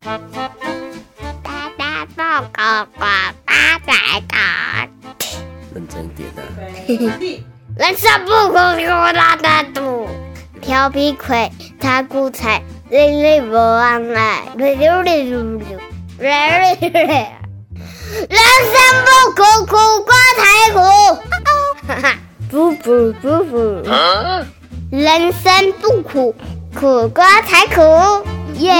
大大报告爸爸来打， 认真一点啊。 人生不苦苦大大度，调皮鬼他骨才，累累不忘爱，溜溜溜溜溜，人生不苦苦瓜才苦，不不不不，人生不苦苦瓜才苦，耶！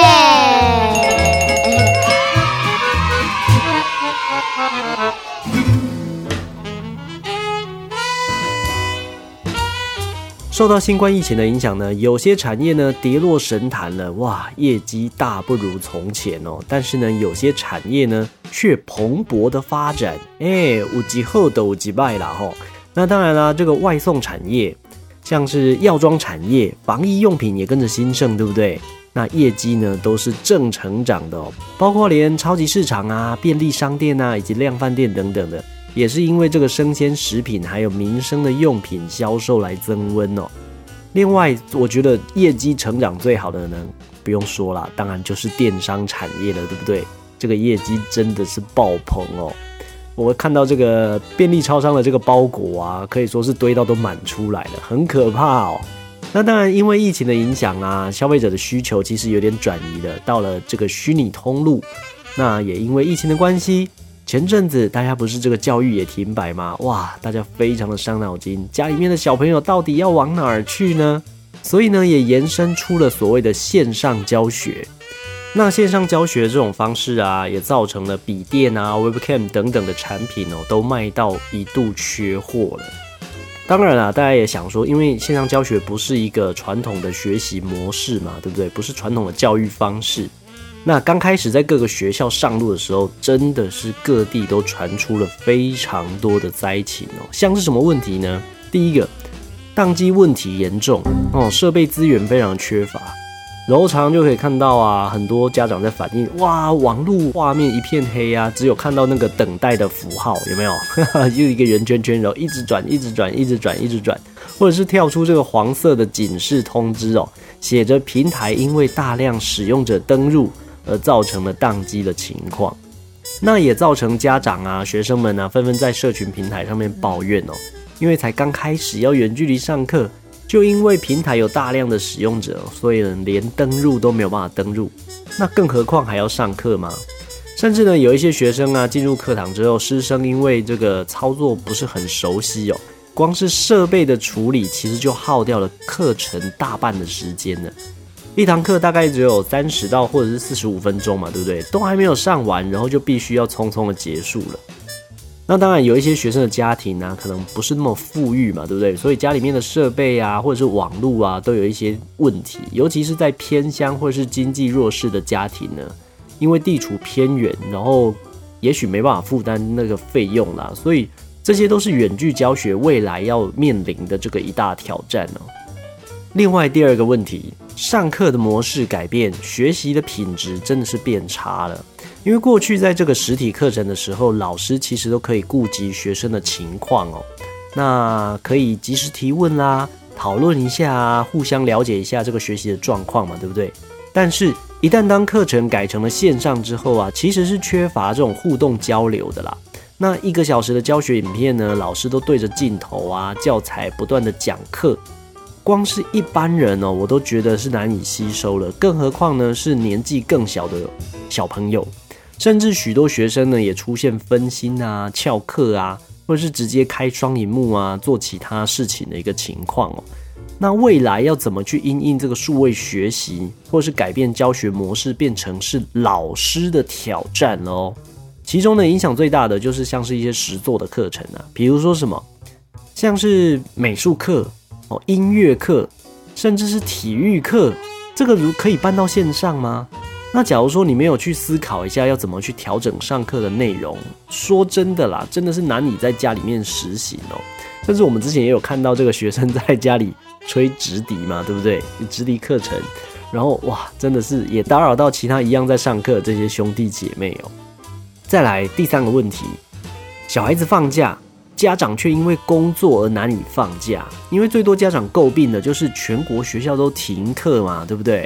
受到新冠疫情的影响呢，有些产业呢跌落神坛了，哇，业绩大不如从前哦。但是呢，有些产业呢却蓬勃的发展，有几好的有几败啦吼。那当然啦，这个外送产业，像是药妆产业、防疫用品也跟着兴盛，对不对？那业绩呢都是正成长的哦，包括连超级市场啊、便利商店啊以及量贩店等等的。也是因为这个生鲜食品还有民生的用品销售来增温哦。另外，我觉得业绩成长最好的呢，不用说啦，当然就是电商产业了，对不对？这个业绩真的是爆棚哦。我看到这个便利超商的这个包裹啊，可以说是堆到都满出来了，很可怕哦。那当然，因为疫情的影响啊，消费者的需求其实有点转移了，到了这个虚拟通路。那也因为疫情的关系，前阵子大家不是这个教育也停摆吗？哇，大家非常的伤脑筋，家里面的小朋友到底要往哪儿去呢？所以呢，也延伸出了所谓的线上教学。那线上教学这种方式啊，也造成了笔电啊、Webcam 等等的产品哦，都卖到一度缺货了。当然啦，大家也想说，因为线上教学不是一个传统的学习模式嘛，对不对？不是传统的教育方式。那刚开始在各个学校上路的时候，真的是各地都传出了非常多的灾情哦。像是什么问题呢？第一个，宕机问题严重哦，设备资源非常缺乏。然后常常就可以看到啊，很多家长在反映，哇，网路画面一片黑啊，只有看到那个等待的符号，有没有？就一个圆圈圈，然后一直转，一直转，一直转，一直转，或者是跳出这个黄色的警示通知哦，写着平台因为大量使用者登入而造成了宕机的情况。那也造成家长啊、学生们啊纷纷在社群平台上面抱怨哦，因为才刚开始要远距离上课，就因为平台有大量的使用者，所以呢连登入都没有办法登入，那更何况还要上课吗？甚至呢有一些学生啊进入课堂之后，师生因为这个操作不是很熟悉哦，光是设备的处理其实就耗掉了课程大半的时间了。一堂课大概只有30到或者是45分钟嘛，对不对？都还没有上完，然后就必须要匆匆的结束了。那当然有一些学生的家庭啊，可能不是那么富裕嘛，对不对？所以家里面的设备啊，或者是网路啊，都有一些问题。尤其是在偏乡或者是经济弱势的家庭呢，因为地处偏远，然后也许没办法负担那个费用啦，所以这些都是远距教学未来要面临的这个一大挑战哦。另外第二个问题，上课的模式改变，学习的品质真的是变差了。因为过去在这个实体课程的时候，老师其实都可以顾及学生的情况哦，那可以及时提问啦，讨论一下啊，互相了解一下这个学习的状况嘛，对不对？但是一旦当课程改成了线上之后啊，其实是缺乏这种互动交流的啦。那1个小时的教学影片呢，老师都对着镜头啊，教材不断的讲课，光是一般人哦，我都觉得是难以吸收了，更何况呢是年纪更小的小朋友，甚至许多学生呢也出现分心啊、翘课啊，或者是直接开双萤幕啊做其他事情的一个情况哦。那未来要怎么去因应这个数位学习，或是改变教学模式，变成是老师的挑战哦。其中呢影响最大的就是像是一些实作的课程啊，比如说什么像是美术课、音乐课，甚至是体育课，这个可以搬到线上吗？那假如说你没有去思考一下要怎么去调整上课的内容，说真的啦，真的是难以在家里面实行哦。甚至我们之前也有看到这个学生在家里吹直笛嘛，对不对？直笛课程，然后哇，真的是也打扰到其他一样在上课的这些兄弟姐妹哦。再来第3个问题，小孩子放假，家长却因为工作而难以放假，因为最多家长诟病的就是全国学校都停课嘛，对不对？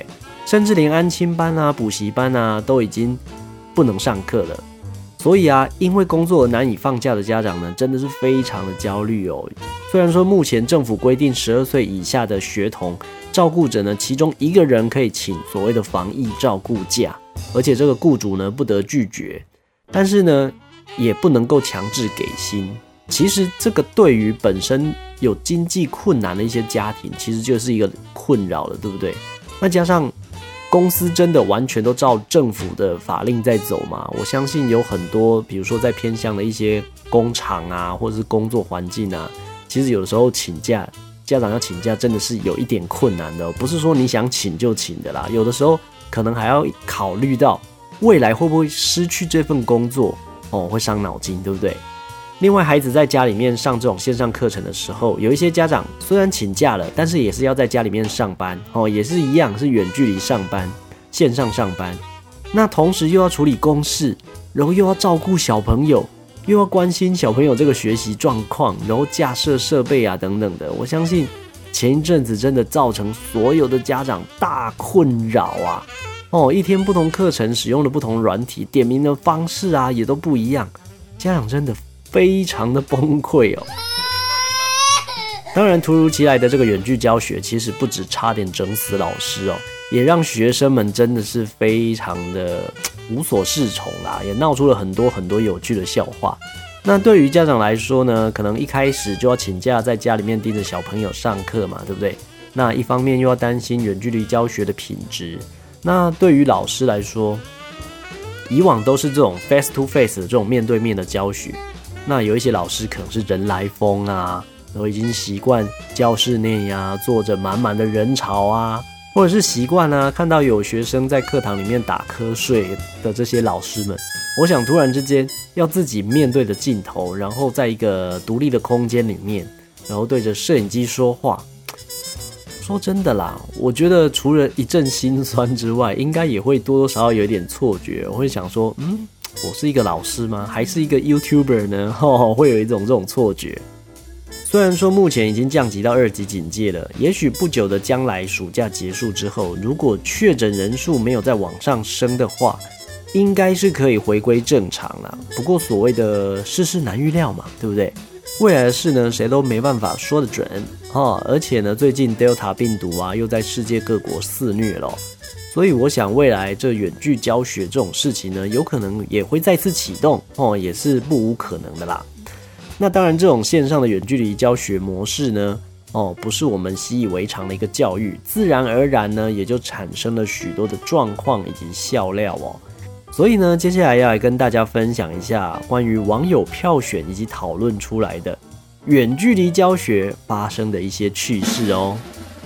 甚至连安亲班啊、补习班啊都已经不能上课了。所以啊，因为工作而难以放假的家长呢，真的是非常的焦虑哦。虽然说目前政府规定12岁以下的学童照顾者呢，其中1个人可以请所谓的防疫照顾假，而且这个雇主呢不得拒绝，但是呢也不能够强制给薪。其实这个对于本身有经济困难的一些家庭，其实就是一个困扰了，对不对？那加上公司真的完全都照政府的法令在走嘛？我相信有很多，比如说在偏乡的一些工厂啊，或者是工作环境啊，其实有的时候请假，家长要请假真的是有一点困难的，不是说你想请就请的啦。有的时候可能还要考虑到未来会不会失去这份工作哦，会伤脑筋，对不对？另外，孩子在家里面上这种线上课程的时候，有一些家长虽然请假了，但是也是要在家里面上班哦，也是一样是远距离上班，线上上班。那同时又要处理公事，然后又要照顾小朋友，又要关心小朋友这个学习状况，然后架设设备啊等等的。我相信前一阵子真的造成所有的家长大困扰啊！哦，一天不同课程使用的不同软体，点名的方式啊也都不一样，家长真的非常的崩溃哦。当然，突如其来的这个远距教学，其实不止差点整死老师哦，也让学生们真的是非常的无所适从啦，也闹出了很多很多有趣的笑话。那对于家长来说呢，可能一开始就要请假，在家里面盯着小朋友上课嘛，对不对？那一方面又要担心远距离教学的品质。那对于老师来说，以往都是这种 face to face 的这种面对面的教学。那有一些老师可能是人来疯啊，然后已经习惯教室内啊坐着满满的人潮啊，或者是习惯啊看到有学生在课堂里面打瞌睡的这些老师们，我想突然之间要自己面对着镜头，然后在一个独立的空间里面，然后对着摄影机说话。说真的啦，我觉得除了一阵心酸之外，应该也会多多少少有一点错觉。我会想说，我是一个老师吗？还是一个 YouTuber 呢？会有一种这种错觉。虽然说目前已经降级到2级警戒了，也许不久的将来，暑假结束之后，如果确诊人数没有再往上升的话，应该是可以回归正常啦。不过所谓的世事难预料嘛，对不对？未来的事呢，谁都没办法说得准而且呢，最近 Delta 病毒啊，又在世界各国肆虐了，所以我想未来这远距教学这种事情呢，有可能也会再次启动也是不无可能的啦。那当然，这种线上的远距离教学模式呢，不是我们习以为常的一个教育，自然而然呢，也就产生了许多的状况以及笑料哦。所以呢，接下来要来跟大家分享一下关于网友票选以及讨论出来的远距离教学发生的一些趣事哦。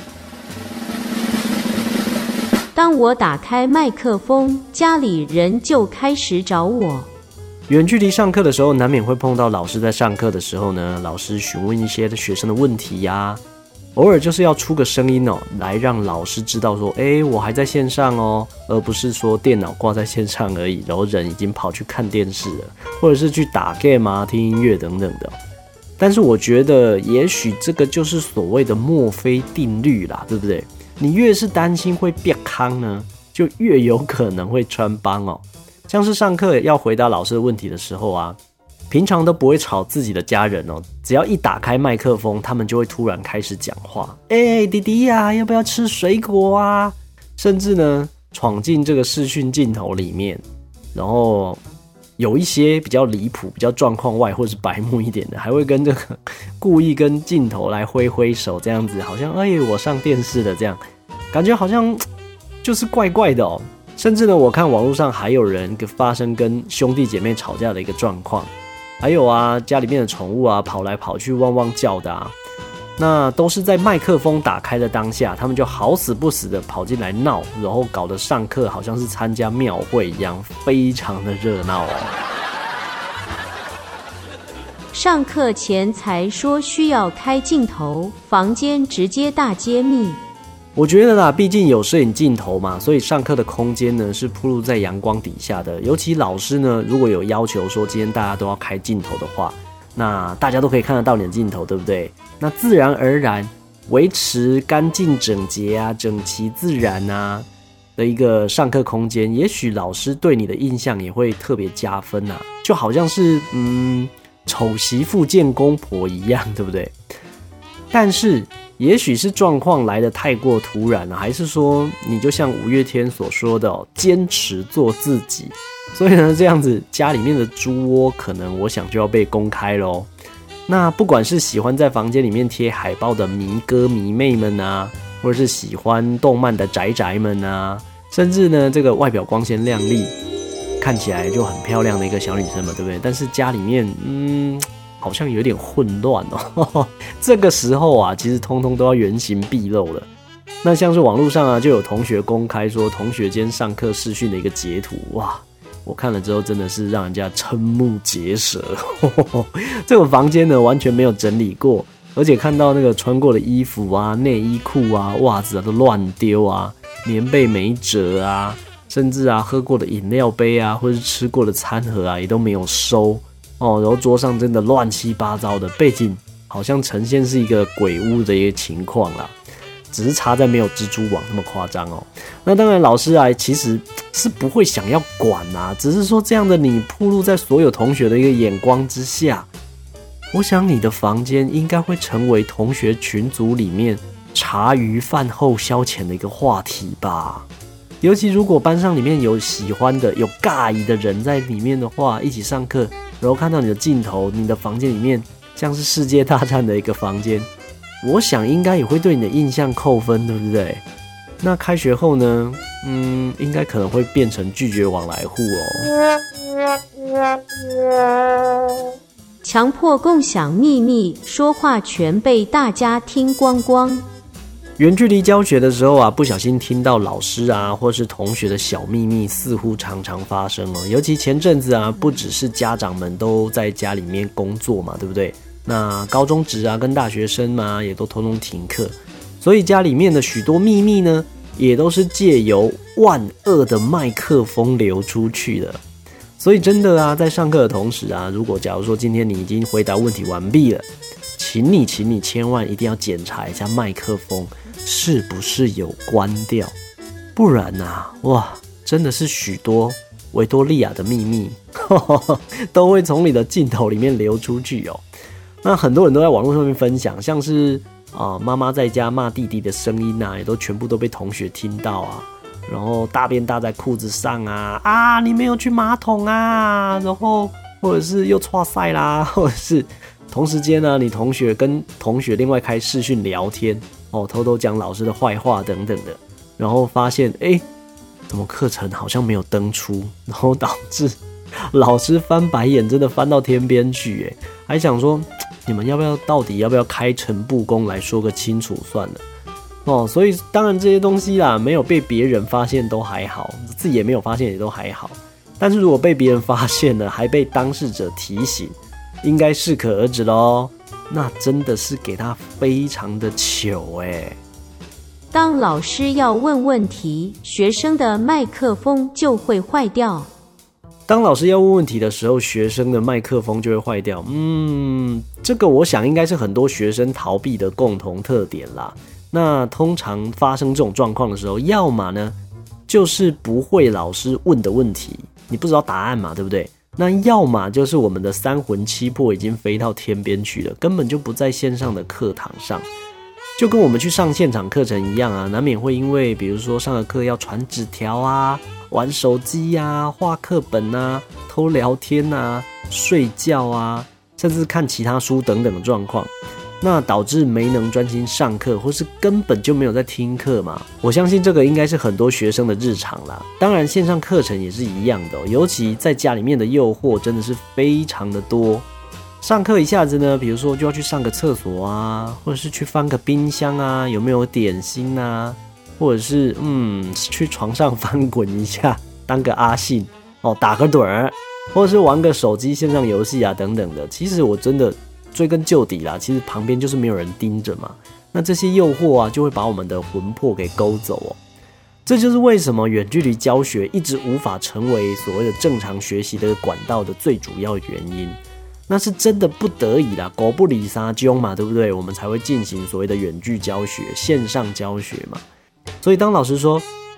当我打开麦克风，家里人就开始找我。 远距离上课的时候，难免会碰到老师在上课的时候呢，老师询问一些学生的问题呀，偶尔就是要出个声音来让老师知道说，我还在线上而不是说电脑挂在线上而已，然后人已经跑去看电视了，或者是去打 game 啊、听音乐等等的。但是我觉得，也许这个就是所谓的墨菲定律啦，对不对？你越是担心会变康呢，就越有可能会穿帮哦。像是上课要回答老师的问题的时候啊，平常都不会吵自己的家人只要一打开麦克风，他们就会突然开始讲话。弟弟呀，要不要吃水果啊？甚至呢，闯进这个视讯镜头里面，然后有一些比较离谱、比较状况外或者是白目一点的，还会跟这个故意跟镜头来挥挥手，这样子好像我上电视了这样，感觉好像就是怪怪的哦。甚至呢，我看网络上还有人发生跟兄弟姐妹吵架的一个状况，还有啊，家里面的宠物啊跑来跑去汪汪叫的啊，那都是在麦克风打开的当下，他们就好死不死的跑进来闹，然后搞得上课好像是参加庙会一样，非常的热闹哦。 上课前才说需要开镜头，房间直接大揭秘。 我觉得啦，毕竟有摄影镜头嘛，所以上课的空间呢是暴露在阳光底下的。尤其老师呢，如果有要求说今天大家都要开镜头的话，那大家都可以看得到你的镜头，对不对？那自然而然维持干净整洁啊、整齐自然啊的一个上课空间，也许老师对你的印象也会特别加分啊，就好像是丑媳妇见公婆一样，对不对？但是也许是状况来得太过突然了，还是说你就像五月天所说的坚持做自己，所以呢这样子家里面的猪窝可能我想就要被公开咯。那不管是喜欢在房间里面贴海报的迷哥迷妹们啊，或者是喜欢动漫的宅宅们啊，甚至呢这个外表光鲜亮丽看起来就很漂亮的一个小女生嘛，对不对？但是家里面好像有点混乱哦。这个时候啊其实通通都要原形毕露了。那像是网络上啊就有同学公开说同学间上课视讯的一个截图，哇，我看了之后真的是让人家瞠目结舌。这个房间呢完全没有整理过，而且看到那个穿过的衣服啊、内衣裤啊、袜子啊都乱丢啊，棉被没折啊，甚至啊喝过的饮料杯啊或是吃过的餐盒啊也都没有收哦，然后桌上真的乱七八糟的，背景好像呈现是一个鬼屋的一个情况啦，只是差在没有蜘蛛网那么夸张哦。那当然老师啊其实是不会想要管啊，只是说这样的你暴露在所有同学的一个眼光之下，我想你的房间应该会成为同学群组里面茶余饭后消遣的一个话题吧。尤其如果班上里面有喜欢的有尬意的人在里面的话，一起上课，然后看到你的镜头，你的房间里面像是世界大战的一个房间，我想应该也会对你的印象扣分，对不对？那开学后呢应该可能会变成拒绝往来户哦。强迫共享秘密，说话全被大家听光光。 远距离教学的时候啊，不小心听到老师啊或是同学的小秘密似乎常常发生哦。尤其前阵子啊，不只是家长们都在家里面工作嘛，对不对？那高中职啊跟大学生嘛也都通通停课，所以家里面的许多秘密呢也都是借由万恶的麦克风流出去的。所以真的啊，在上课的同时啊，如果假如说今天你已经回答问题完毕了，请你千万一定要检查一下麦克风是不是有关掉，不然啊，哇，真的是许多维多利亚的秘密都会从你的镜头里面流出去哦。那很多人都在网络上面分享，像是妈妈在家骂弟弟的声音啊，也都全部都被同学听到啊。然后大便搭在裤子上啊，你没有去马桶啊，然后或者是又剉赛啦，或者是同时间呢，你同学跟同学另外开视讯聊天哦，偷偷讲老师的坏话等等的，然后发现怎么课程好像没有登出，然后导致老师翻白眼，真的翻到天边去还想说你们到底要不要开诚布公来说个清楚算了哦。所以当然这些东西啦，没有被别人发现都还好，自己也没有发现也都还好，但是如果被别人发现了，还被当事者提醒，应该适可而止咯。那真的是给他非常的糗当老师要问问题，学生的麦克风就会坏掉。 当老师要问问题的时候，学生的麦克风就会坏掉。这个我想应该是很多学生逃避的共同特点啦。那通常发生这种状况的时候，要么呢就是不会老师问的问题，你不知道答案嘛，对不对？那要么就是我们的三魂七魄已经飞到天边去了，根本就不在线上的课堂上。就跟我们去上现场课程一样啊，难免会因为比如说上个课要传纸条啊、玩手机啊、画课本啊、偷聊天啊、睡觉啊，甚至看其他书等等的状况，那导致没能专心上课，或是根本就没有在听课嘛。我相信这个应该是很多学生的日常啦。当然线上课程也是一样的尤其在家里面的诱惑真的是非常的多。上课一下子呢，比如说就要去上个厕所啊，或者是去翻个冰箱啊，有没有点心啊，或者是去床上翻滚一下，当个阿信打个盹儿，或者是玩个手机线上游戏啊等等的。其实我真的追根究底啦，其实旁边就是没有人盯着嘛，那这些诱惑啊就会把我们的魂魄给勾走这就是为什么远距离教学一直无法成为所谓的正常学习的管道的最主要原因。那是真的不得已啦，狗不理撒揪嘛，对不对？我们才会进行所谓的远距教学、线上教学嘛。所以当老师说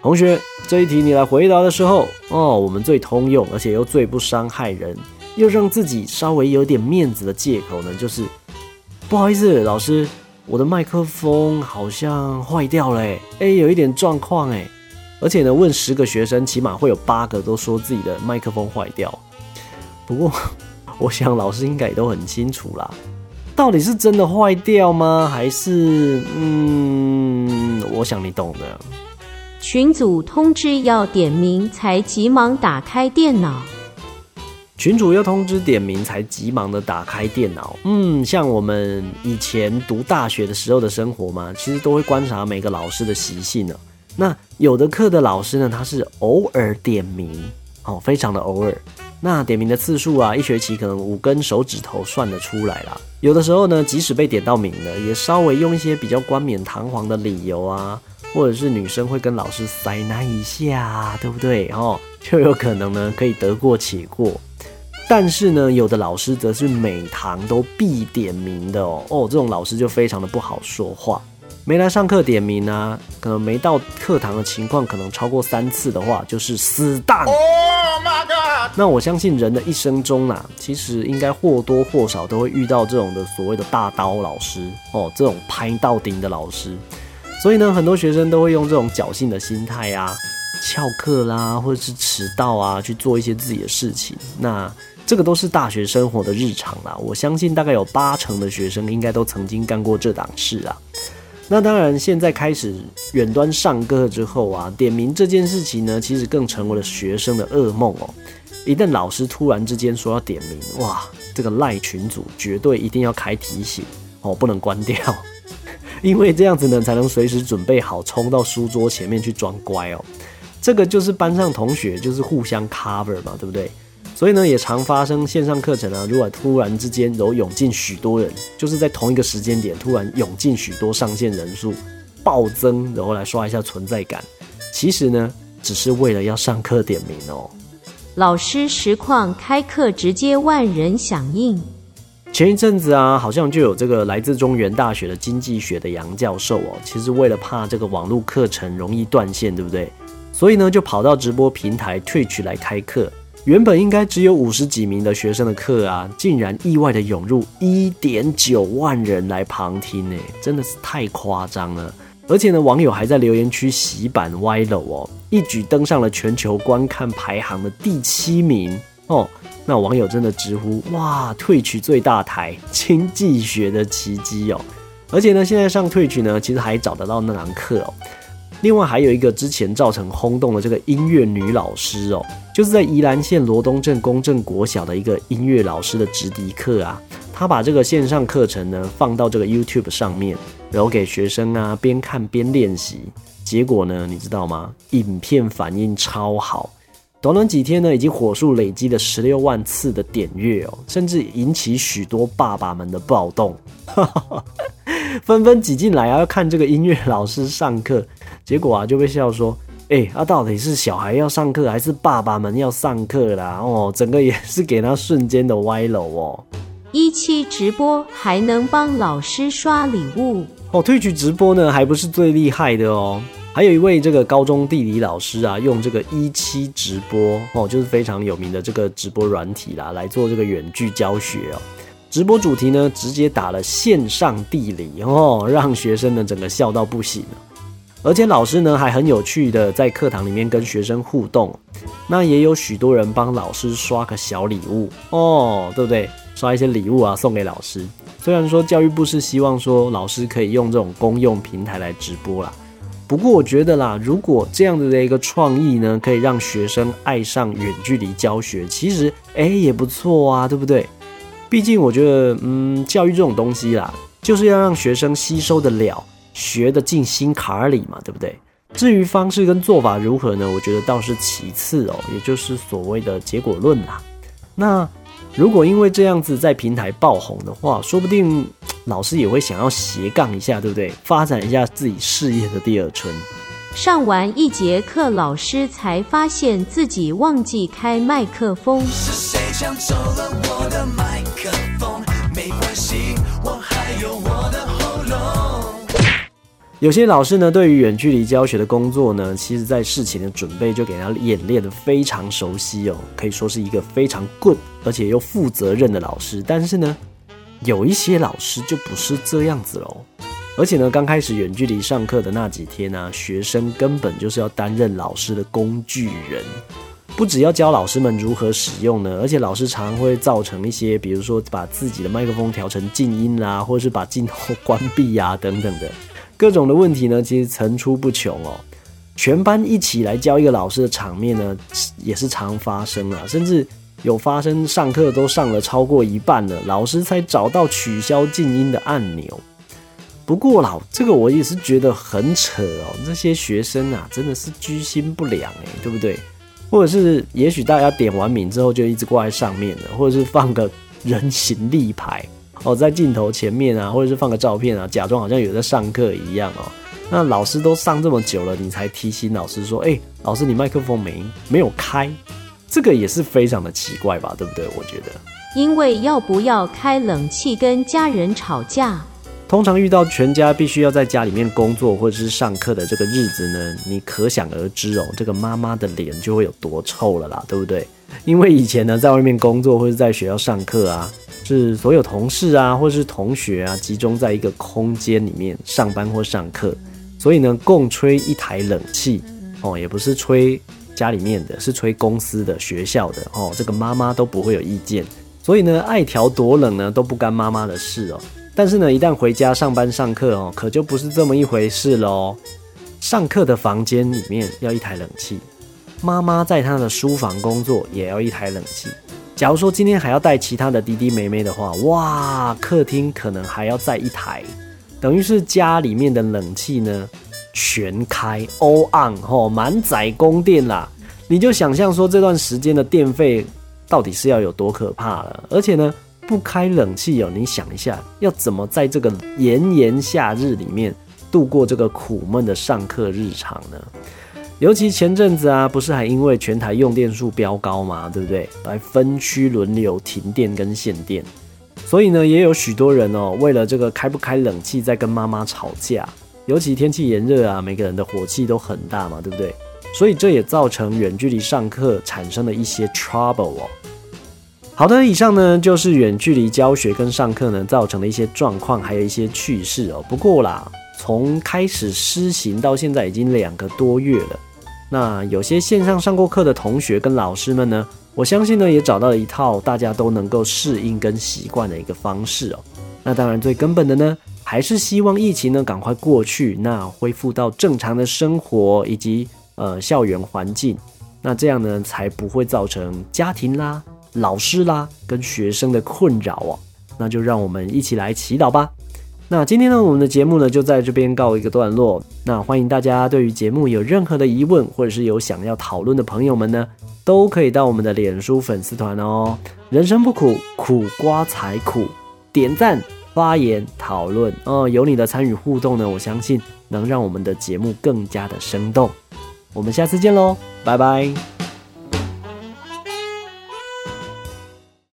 同学，这一题你来回答的时候，我们最通用，而且又最不伤害人，又让自己稍微有点面子的借口呢，就是不好意思，老师，我的麦克风好像坏掉了，有一点状况，而且呢，问10个学生，起码会有8个都说自己的麦克风坏掉。不过，我想老师应该也都很清楚啦，到底是真的坏掉吗？还是我想你懂的。 群组通知要点名才急忙打开电脑。 群主要通知点名才急忙的打开电脑。像我们以前读大学的时候的生活嘛，其实都会观察每个老师的习性呢。那有的课的老师呢，他是偶尔点名，非常的偶尔。那点名的次数啊，一学期可能5根手指头算得出来啦。有的时候呢，即使被点到名了，也稍微用一些比较冠冕堂皇的理由啊，或者是女生会跟老师塞奶一下，对不对？就有可能呢可以得过且过。但是呢，有的老师则是每堂都必点名的这种老师就非常的不好说话。没来上课点名啊，可能没到课堂的情况可能超过3次的话，就是死当。那我相信人的一生中啦，其实应该或多或少都会遇到这种的所谓的大刀老师这种拍到顶的老师。所以呢，很多学生都会用这种侥幸的心态啊，翘课啦，或者是迟到啊，去做一些自己的事情。那这个都是大学生活的日常啦，我相信大概有80%的学生应该都曾经干过这档事啊。那当然，现在开始远端上课之后啊，点名这件事情呢，其实更成为了学生的噩梦一旦老师突然之间说要点名，哇，这个赖群组绝对一定要开提醒不能关掉，因为这样子呢，才能随时准备好冲到书桌前面去装乖这个就是班上同学就是互相 cover 嘛，对不对？所以呢，也常发生线上课程啊，如果突然之间有涌进许多人，就是在同一个时间点突然涌进许多上线人数暴增，然后来刷一下存在感，其实呢，只是为了要上课点名老师实况开课直接万人响应。 前一阵子啊，好像就有这个来自中原大学的经济学的杨教授其实为了怕这个网络课程容易断线，对不对？所以呢，就跑到直播平台 Twitch 来开课。原本应该只有50几名的学生的课啊，竟然意外的涌入1.9万人来旁听真的是太夸张了。而且呢，网友还在留言区洗版歪楼一举登上了全球观看排行的第7名那网友真的直呼哇，Twitch最大台，经济学的奇迹而且呢，现在上 Twitch 呢，其实还找得到那堂课另外还有一个之前造成轰动的这个音乐女老师就是在宜兰县罗东镇公正国小的一个音乐老师的直笛课啊，他把这个线上课程呢放到这个 YouTube 上面，然后给学生啊边看边练习。结果呢，你知道吗？影片反应超好，短短几天呢，已经火速累积了16万次的点阅甚至引起许多爸爸们的暴动，纷纷挤进来要看这个音乐老师上课。结果啊，就被笑说，到底是小孩要上课还是爸爸们要上课啦？整个也是给他瞬间的歪楼 17直播还能帮老师刷礼物 Twitch 直播呢还不是最厉害的还有一位这个高中地理老师啊，用这个17直播就是非常有名的这个直播软体啦，来做这个远距教学直播主题呢直接打了线上地理让学生呢整个笑到不行而且老师呢还很有趣的在课堂里面跟学生互动，那也有许多人帮老师刷个小礼物对不对？刷一些礼物啊送给老师。虽然说教育部是希望说老师可以用这种公用平台来直播啦，不过我觉得啦，如果这样子的一个创意呢，可以让学生爱上远距离教学，其实也不错啊，对不对？毕竟我觉得教育这种东西啦，就是要让学生吸收得了，学得进心坎里嘛，对不对？至于方式跟做法如何呢？我觉得倒是其次也就是所谓的结果论啦。那如果因为这样子在平台爆红的话，说不定老师也会想要斜杠一下，对不对？发展一下自己事业的第二春。 上完1节课，老师才发现自己忘记开麦克风。是谁抢走了我的麦克风？没关系，我还有我的喉咙。 有些老师呢，对于远距离教学的工作呢，其实在事前的准备就给他演练的非常熟悉哦，可以说是一个非常 good 而且又负责任的老师。但是呢，有一些老师就不是这样子咯。而且呢，刚开始远距离上课的那几天啊，学生根本就是要担任老师的工具人，不只要教老师们如何使用呢，而且老师常会造成一些，比如说把自己的麦克风调成静音啦，或者是把镜头关闭啊等等的。各种的问题呢，其实层出不穷哦。全班一起来教一个老师的场面呢，也是常发生啊，甚至有发生上课都上了超过一半了，老师才找到取消静音的按钮。不过啦，这个我也是觉得很扯哦，这些学生啊，真的是居心不良对不对？或者是也许大家点完名之后就一直挂在上面了，或者是放个人形立牌。在镜头前面啊，或者是放个照片啊，假装好像有在上课一样哦。那老师都上这么久了，你才提醒老师说，老师你麦克风没有开，这个也是非常的奇怪吧，对不对？我觉得， 因为要不要开冷气跟家人吵架， 通常遇到全家必须要在家里面工作或者是上课的这个日子呢，你可想而知哦，这个妈妈的脸就会有多臭了啦，对不对？因为以前呢，在外面工作或者在学校上课啊，是所有同事啊，或是同学啊，集中在一个空间里面上班或上课，所以呢，共吹一台冷气也不是吹家里面的，是吹公司的、学校的这个妈妈都不会有意见，所以呢，爱调多冷呢都不干妈妈的事哦。但是呢，一旦回家上班上课可就不是这么一回事咯。上课的房间里面要一台冷气，妈妈在她的书房工作也要一台冷气。假如说今天还要带其他的弟弟妹妹的话，哇，客厅可能还要再一台，等于是家里面的冷气呢全开 all on 满载供电啦。你就想象说这段时间的电费到底是要有多可怕了。而且呢，不开冷气你想一下，要怎么在这个炎炎夏日里面度过这个苦闷的上课日常呢？尤其前阵子啊，不是还因为全台用电数飙高嘛，对不对？来分区轮流停电跟限电，所以呢，也有许多人为了这个开不开冷气在跟妈妈吵架。尤其天气炎热啊，每个人的火气都很大嘛，对不对？所以这也造成远距离上课产生了一些 trouble 好的，以上呢就是远距离教学跟上课呢造成的一些状况，还有一些趣事不过啦，从开始施行到现在已经2个多月了。那有些线上上过课的同学跟老师们呢，我相信呢也找到了一套大家都能够适应跟习惯的一个方式那当然最根本的呢，还是希望疫情呢赶快过去，那恢复到正常的生活以及校园环境，那这样呢才不会造成家庭啦、老师啦跟学生的困扰那就让我们一起来祈祷吧。那今天呢，我们的节目呢就在这边告一个段落。那欢迎大家对于节目有任何的疑问，或者是有想要讨论的朋友们呢，都可以到我们的脸书粉丝团人生不苦，苦瓜才苦，点赞、发言、讨论有你的参与互动呢，我相信能让我们的节目更加的生动。我们下次见咯，拜拜。